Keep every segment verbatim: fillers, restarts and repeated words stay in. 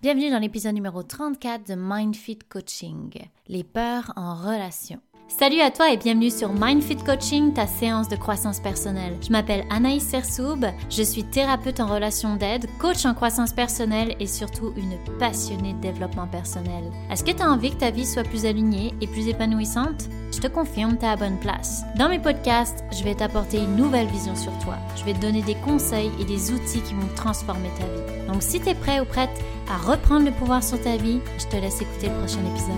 Bienvenue dans l'épisode numéro trente-quatre de MindFit Coaching, les peurs en relation. Salut à toi et bienvenue sur MindFit Coaching, ta séance de croissance personnelle. Je m'appelle Anaïs Sersoub, je suis thérapeute en relation d'aide, coach en croissance personnelle et surtout une passionnée de développement personnel. Est-ce que tu as envie que ta vie soit plus alignée et plus épanouissante? Je te confirme, tu es à la bonne place. Dans mes podcasts, je vais t'apporter une nouvelle vision sur toi. Je vais te donner des conseils et des outils qui vont transformer ta vie. Donc si tu es prêt ou prête à reprendre le pouvoir sur ta vie, je te laisse écouter le prochain épisode.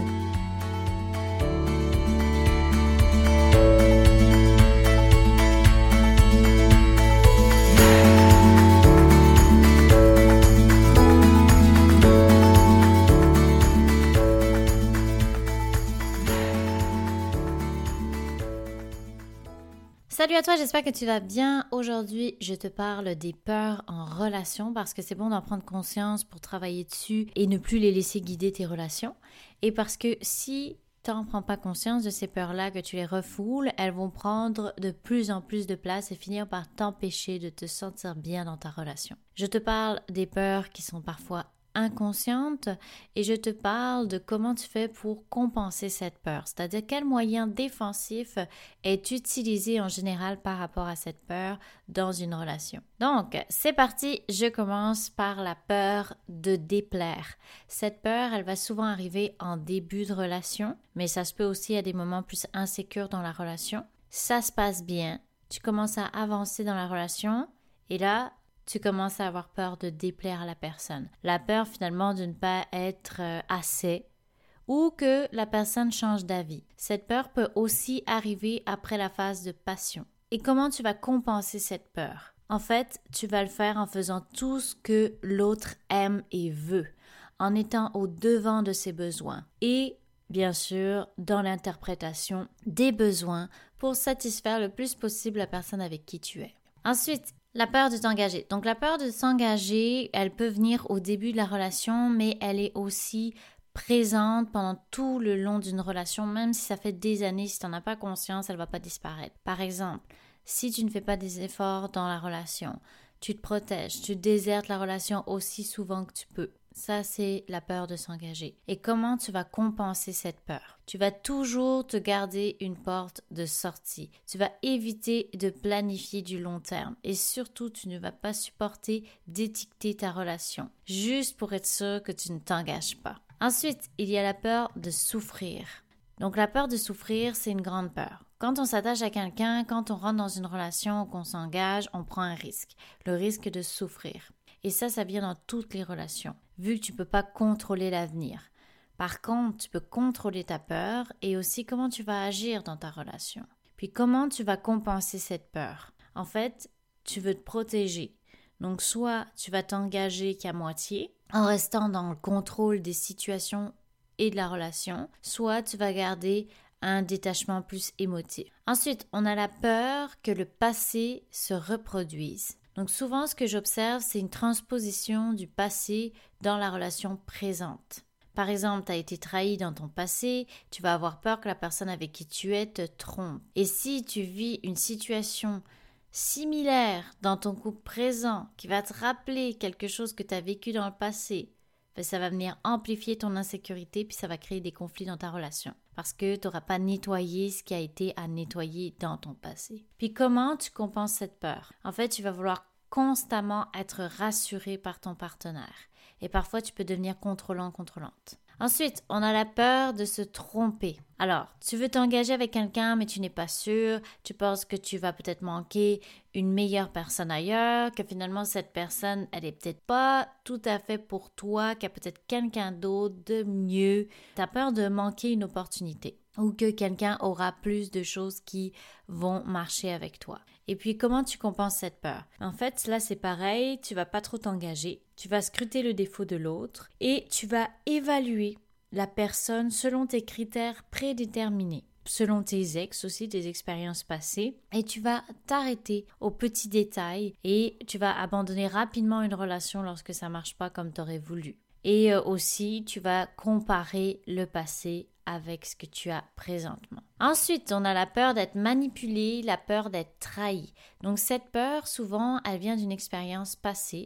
Salut à toi, j'espère que tu vas bien. Aujourd'hui, je te parle des peurs en relation parce que c'est bon d'en prendre conscience pour travailler dessus et ne plus les laisser guider tes relations. Et parce que si tu n'en prends pas conscience de ces peurs-là, que tu les refoules, elles vont prendre de plus en plus de place et finir par t'empêcher de te sentir bien dans ta relation. Je te parle des peurs qui sont parfois inconsciente et je te parle de comment tu fais pour compenser cette peur, c'est-à-dire quel moyen défensif est utilisé en général par rapport à cette peur dans une relation. Donc, c'est parti, je commence par la peur de déplaire. Cette peur, elle va souvent arriver en début de relation, mais ça se peut aussi à des moments plus insécures dans la relation. Ça se passe bien, tu commences à avancer dans la relation et là, tu commences à avoir peur de déplaire à la personne. La peur finalement de ne pas être assez ou que la personne change d'avis. Cette peur peut aussi arriver après la phase de passion. Et comment tu vas compenser cette peur? En fait, tu vas le faire en faisant tout ce que l'autre aime et veut, en étant au devant de ses besoins et bien sûr dans l'interprétation des besoins pour satisfaire le plus possible la personne avec qui tu es. Ensuite, la peur de t'engager. Donc, la peur de s'engager, elle peut venir au début de la relation, mais elle est aussi présente pendant tout le long d'une relation, même si ça fait des années, si tu n'en as pas conscience, elle ne va pas disparaître. Par exemple, si tu ne fais pas des efforts dans la relation, tu te protèges, tu désertes la relation aussi souvent que tu peux. Ça, c'est la peur de s'engager. Et comment tu vas compenser cette peur? Tu vas toujours te garder une porte de sortie. Tu vas éviter de planifier du long terme. Et surtout, tu ne vas pas supporter d'étiqueter ta relation, juste pour être sûr que tu ne t'engages pas. Ensuite, il y a la peur de souffrir. Donc, la peur de souffrir, c'est une grande peur. Quand on s'attache à quelqu'un, quand on rentre dans une relation ou qu'on s'engage, on prend un risque. Le risque de souffrir. Et ça, ça vient dans toutes les relations, vu que tu ne peux pas contrôler l'avenir. Par contre, tu peux contrôler ta peur et aussi comment tu vas agir dans ta relation. Puis comment tu vas compenser cette peur? En fait, tu veux te protéger. Donc, soit tu vas t'engager qu'à moitié, en restant dans le contrôle des situations et de la relation, soit tu vas garder un détachement plus émotif. Ensuite, on a la peur que le passé se reproduise. Donc souvent, ce que j'observe, c'est une transposition du passé dans la relation présente. Par exemple, tu as été trahi dans ton passé, tu vas avoir peur que la personne avec qui tu es te trompe. Et si tu vis une situation similaire dans ton couple présent qui va te rappeler quelque chose que tu as vécu dans le passé, ben ça va venir amplifier ton insécurité puis ça va créer des conflits dans ta relation. Parce que tu n'auras pas nettoyé ce qui a été à nettoyer dans ton passé. Puis comment tu compenses cette peur? En fait, tu vas vouloir constamment être rassuré par ton partenaire. Et parfois, tu peux devenir contrôlant, contrôlante. Ensuite, on a la peur de se tromper. Alors, tu veux t'engager avec quelqu'un, mais tu n'es pas sûr. Tu penses que tu vas peut-être manquer une meilleure personne ailleurs, que finalement, cette personne, elle est peut-être pas tout à fait pour toi, qu'il y a peut-être quelqu'un d'autre de mieux. Tu as peur de manquer une opportunité ou que quelqu'un aura plus de choses qui vont marcher avec toi. Et puis, comment tu compenses cette peur? En fait, là, c'est pareil, tu vas pas trop t'engager, tu vas scruter le défaut de l'autre et tu vas évaluer la personne selon tes critères prédéterminés, selon tes ex aussi, tes expériences passées, et tu vas t'arrêter aux petits détails et tu vas abandonner rapidement une relation lorsque ça marche pas comme tu aurais voulu. Et aussi, tu vas comparer le passé avec ce que tu as présentement. Ensuite, on a la peur d'être manipulé, la peur d'être trahi. Donc cette peur, souvent, elle vient d'une expérience passée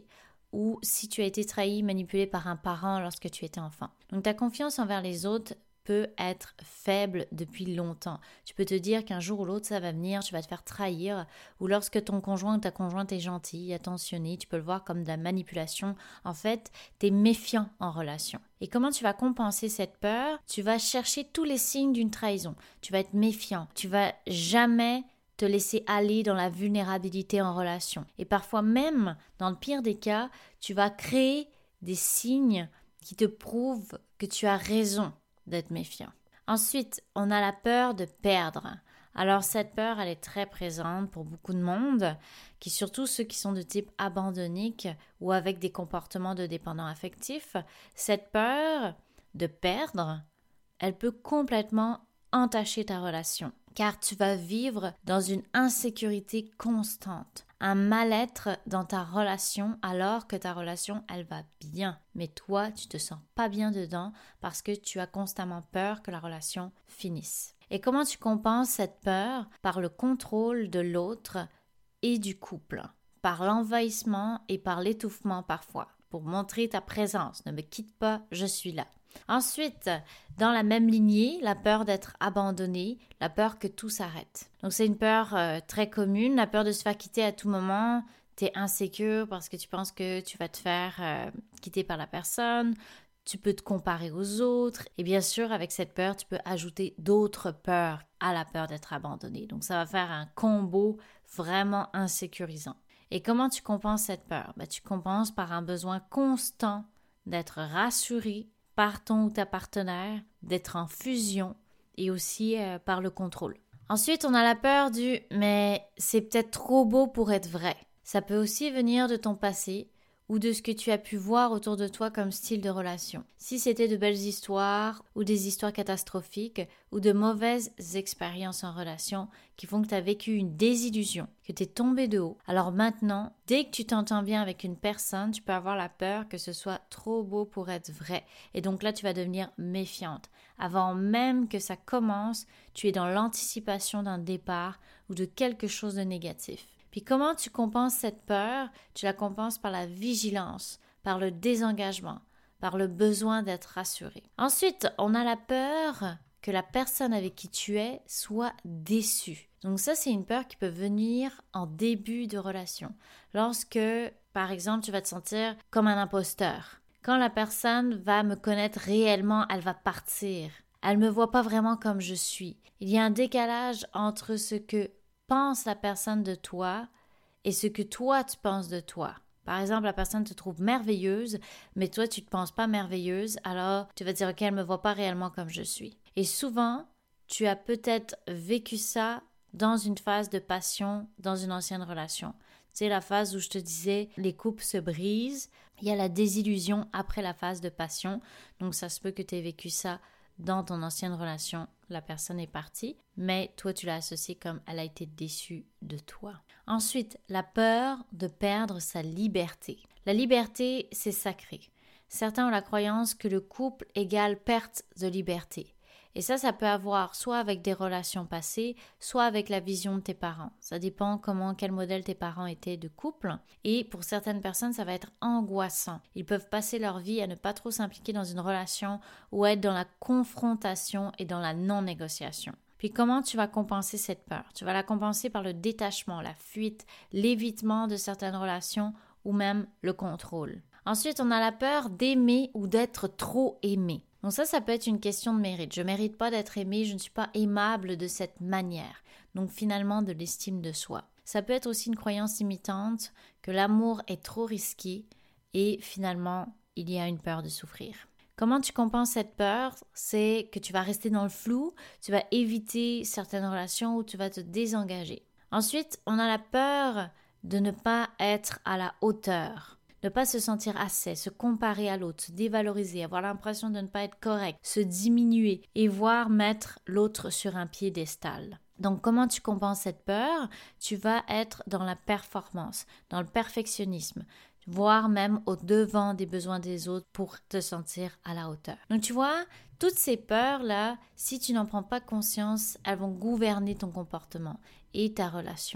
ou si tu as été trahi, manipulé par un parent lorsque tu étais enfant. Donc ta confiance envers les autres peut être faible depuis longtemps. Tu peux te dire qu'un jour ou l'autre ça va venir, tu vas te faire trahir, ou lorsque ton conjoint ou ta conjointe est gentil, attentionné, tu peux le voir comme de la manipulation. En fait, tu es méfiant en relation. Et comment tu vas compenser cette peur? Tu vas chercher tous les signes d'une trahison. Tu vas être méfiant. Tu vas jamais te laisser aller dans la vulnérabilité en relation. Et parfois même, dans le pire des cas, tu vas créer des signes qui te prouvent que tu as raison d'être méfiant. Ensuite, on a la peur de perdre. Alors cette peur, elle est très présente pour beaucoup de monde, qui surtout ceux qui sont de type abandonnique ou avec des comportements de dépendants affectifs. Cette peur de perdre, elle peut complètement entacher ta relation, car tu vas vivre dans une insécurité constante, un mal-être dans ta relation alors que ta relation, elle va bien. Mais toi, tu te sens pas bien dedans parce que tu as constamment peur que la relation finisse. Et comment tu compenses cette peur? Par le contrôle de l'autre et du couple, par l'envahissement et par l'étouffement parfois, pour montrer ta présence. Ne me quitte pas, je suis là. Ensuite, dans la même lignée, la peur d'être abandonné, la peur que tout s'arrête. Donc c'est une peur euh, très commune, la peur de se faire quitter à tout moment. Tu es insécure parce que tu penses que tu vas te faire euh, quitter par la personne. Tu peux te comparer aux autres. Et bien sûr, avec cette peur, tu peux ajouter d'autres peurs à la peur d'être abandonné. Donc ça va faire un combo vraiment insécurisant. Et comment tu compenses cette peur? Ben, tu compenses par un besoin constant d'être rassuré par ton ou ta partenaire, d'être en fusion et aussi euh, par le contrôle. Ensuite, on a la peur du « mais c'est peut-être trop beau pour être vrai ». Ça peut aussi venir de ton passé ou de ce que tu as pu voir autour de toi comme style de relation. Si c'était de belles histoires ou des histoires catastrophiques ou de mauvaises expériences en relation qui font que tu as vécu une désillusion, que tu es tombé de haut, alors maintenant, dès que tu t'entends bien avec une personne, tu peux avoir la peur que ce soit trop beau pour être vrai. Et donc là, tu vas devenir méfiante. Avant même que ça commence, tu es dans l'anticipation d'un départ ou de quelque chose de négatif. Puis comment tu compenses cette peur? Tu la compenses par la vigilance, par le désengagement, par le besoin d'être rassuré. Ensuite, on a la peur que la personne avec qui tu es soit déçue. Donc ça, c'est une peur qui peut venir en début de relation. Lorsque, par exemple, tu vas te sentir comme un imposteur. Quand la personne va me connaître réellement, elle va partir. Elle ne me voit pas vraiment comme je suis. Il y a un décalage entre ce que pense la personne de toi et ce que toi tu penses de toi. Par exemple, la personne te trouve merveilleuse, mais toi tu ne te penses pas merveilleuse, alors tu vas dire ok, elle ne me voit pas réellement comme je suis. Et souvent, tu as peut-être vécu ça dans une phase de passion, dans une ancienne relation. C'est la phase où je te disais, les couples se brisent, il y a la désillusion après la phase de passion, donc ça se peut que tu aies vécu ça dans ton ancienne relation, la personne est partie, mais toi tu l'as associé comme elle a été déçue de toi. Ensuite, la peur de perdre sa liberté. La liberté, c'est sacré. Certains ont la croyance que le couple égale perte de liberté. Et ça, ça peut avoir soit avec des relations passées, soit avec la vision de tes parents. Ça dépend comment, quel modèle tes parents étaient de couple. Et pour certaines personnes, ça va être angoissant. Ils peuvent passer leur vie à ne pas trop s'impliquer dans une relation ou être dans la confrontation et dans la non-négociation. Puis comment tu vas compenser cette peur? Tu vas la compenser par le détachement, la fuite, l'évitement de certaines relations ou même le contrôle. Ensuite, on a la peur d'aimer ou d'être trop aimé. Donc ça, ça peut être une question de mérite. Je ne mérite pas d'être aimée, je ne suis pas aimable de cette manière. Donc finalement, de l'estime de soi. Ça peut être aussi une croyance limitante que l'amour est trop risqué et finalement, il y a une peur de souffrir. Comment tu compenses cette peur? C'est que tu vas rester dans le flou, tu vas éviter certaines relations ou tu vas te désengager. Ensuite, on a la peur de ne pas être à la hauteur. Ne pas se sentir assez, se comparer à l'autre, se dévaloriser, avoir l'impression de ne pas être correct, se diminuer et voir mettre l'autre sur un piédestal. Donc, comment tu compenses cette peur? Tu vas être dans la performance, dans le perfectionnisme, voire même au devant des besoins des autres pour te sentir à la hauteur. Donc, tu vois, toutes ces peurs-là, si tu n'en prends pas conscience, elles vont gouverner ton comportement et ta relation.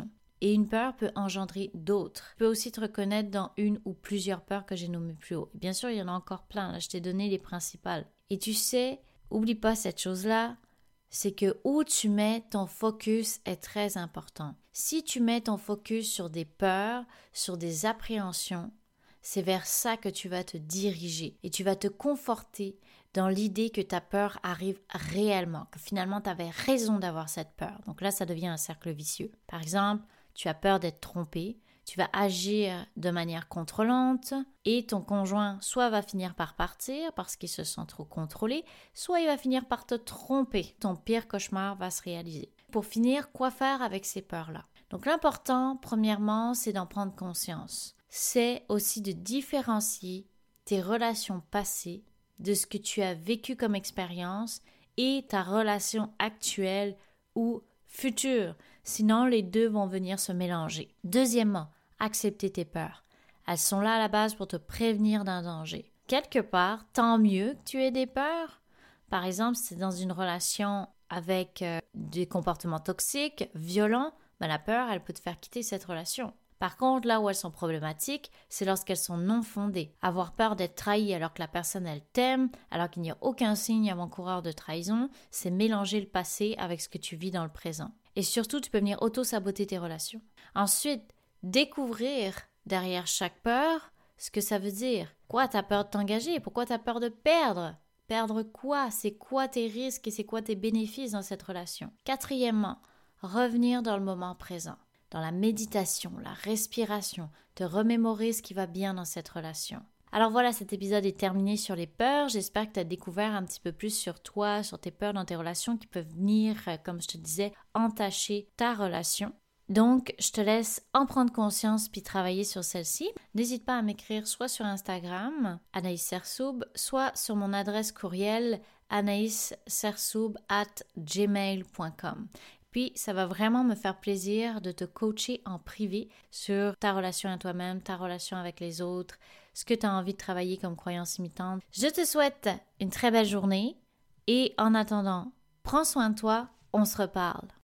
Et une peur peut engendrer d'autres. Tu peux aussi te reconnaître dans une ou plusieurs peurs que j'ai nommées plus haut. Et bien sûr, il y en a encore plein. Là, je t'ai donné les principales. Et tu sais, oublie pas cette chose-là, c'est que où tu mets ton focus est très important. Si tu mets ton focus sur des peurs, sur des appréhensions, c'est vers ça que tu vas te diriger et tu vas te conforter dans l'idée que ta peur arrive réellement, que finalement tu avais raison d'avoir cette peur. Donc là, ça devient un cercle vicieux. Par exemple, tu as peur d'être trompé, tu vas agir de manière contrôlante et ton conjoint soit va finir par partir parce qu'il se sent trop contrôlé, soit il va finir par te tromper. Ton pire cauchemar va se réaliser. Pour finir, quoi faire avec ces peurs-là? Donc l'important, premièrement, c'est d'en prendre conscience. C'est aussi de différencier tes relations passées de ce que tu as vécu comme expérience et ta relation actuelle ou future. Sinon, les deux vont venir se mélanger. Deuxièmement, accepter tes peurs. Elles sont là à la base pour te prévenir d'un danger. Quelque part, tant mieux que tu aies des peurs. Par exemple, si tu es dans une relation avec euh, des comportements toxiques, violents, ben la peur, elle peut te faire quitter cette relation. Par contre, là où elles sont problématiques, c'est lorsqu'elles sont non fondées. Avoir peur d'être trahi alors que la personne, elle t'aime, alors qu'il n'y a aucun signe avant-coureur de trahison, c'est mélanger le passé avec ce que tu vis dans le présent. Et surtout, tu peux venir auto-saboter tes relations. Ensuite, découvrir derrière chaque peur ce que ça veut dire. Quoi, t'as peur de t'engager? Pourquoi t'as peur de perdre? Perdre quoi? C'est quoi tes risques et c'est quoi tes bénéfices dans cette relation? Quatrièmement, revenir dans le moment présent. Dans la méditation, la respiration, te remémorer ce qui va bien dans cette relation. Alors voilà, cet épisode est terminé sur les peurs. J'espère que tu as découvert un petit peu plus sur toi, sur tes peurs dans tes relations qui peuvent venir, comme je te disais, entacher ta relation. Donc, je te laisse en prendre conscience puis travailler sur celle-ci. N'hésite pas à m'écrire soit sur Instagram, Anaïs Sersoub, soit sur mon adresse courriel anaïssersoub arobase gmail point com. Puis, ça va vraiment me faire plaisir de te coacher en privé sur ta relation à toi-même, ta relation avec les autres, ce que tu as envie de travailler comme croyance limitante. Je te souhaite une très belle journée et en attendant, prends soin de toi, on se reparle.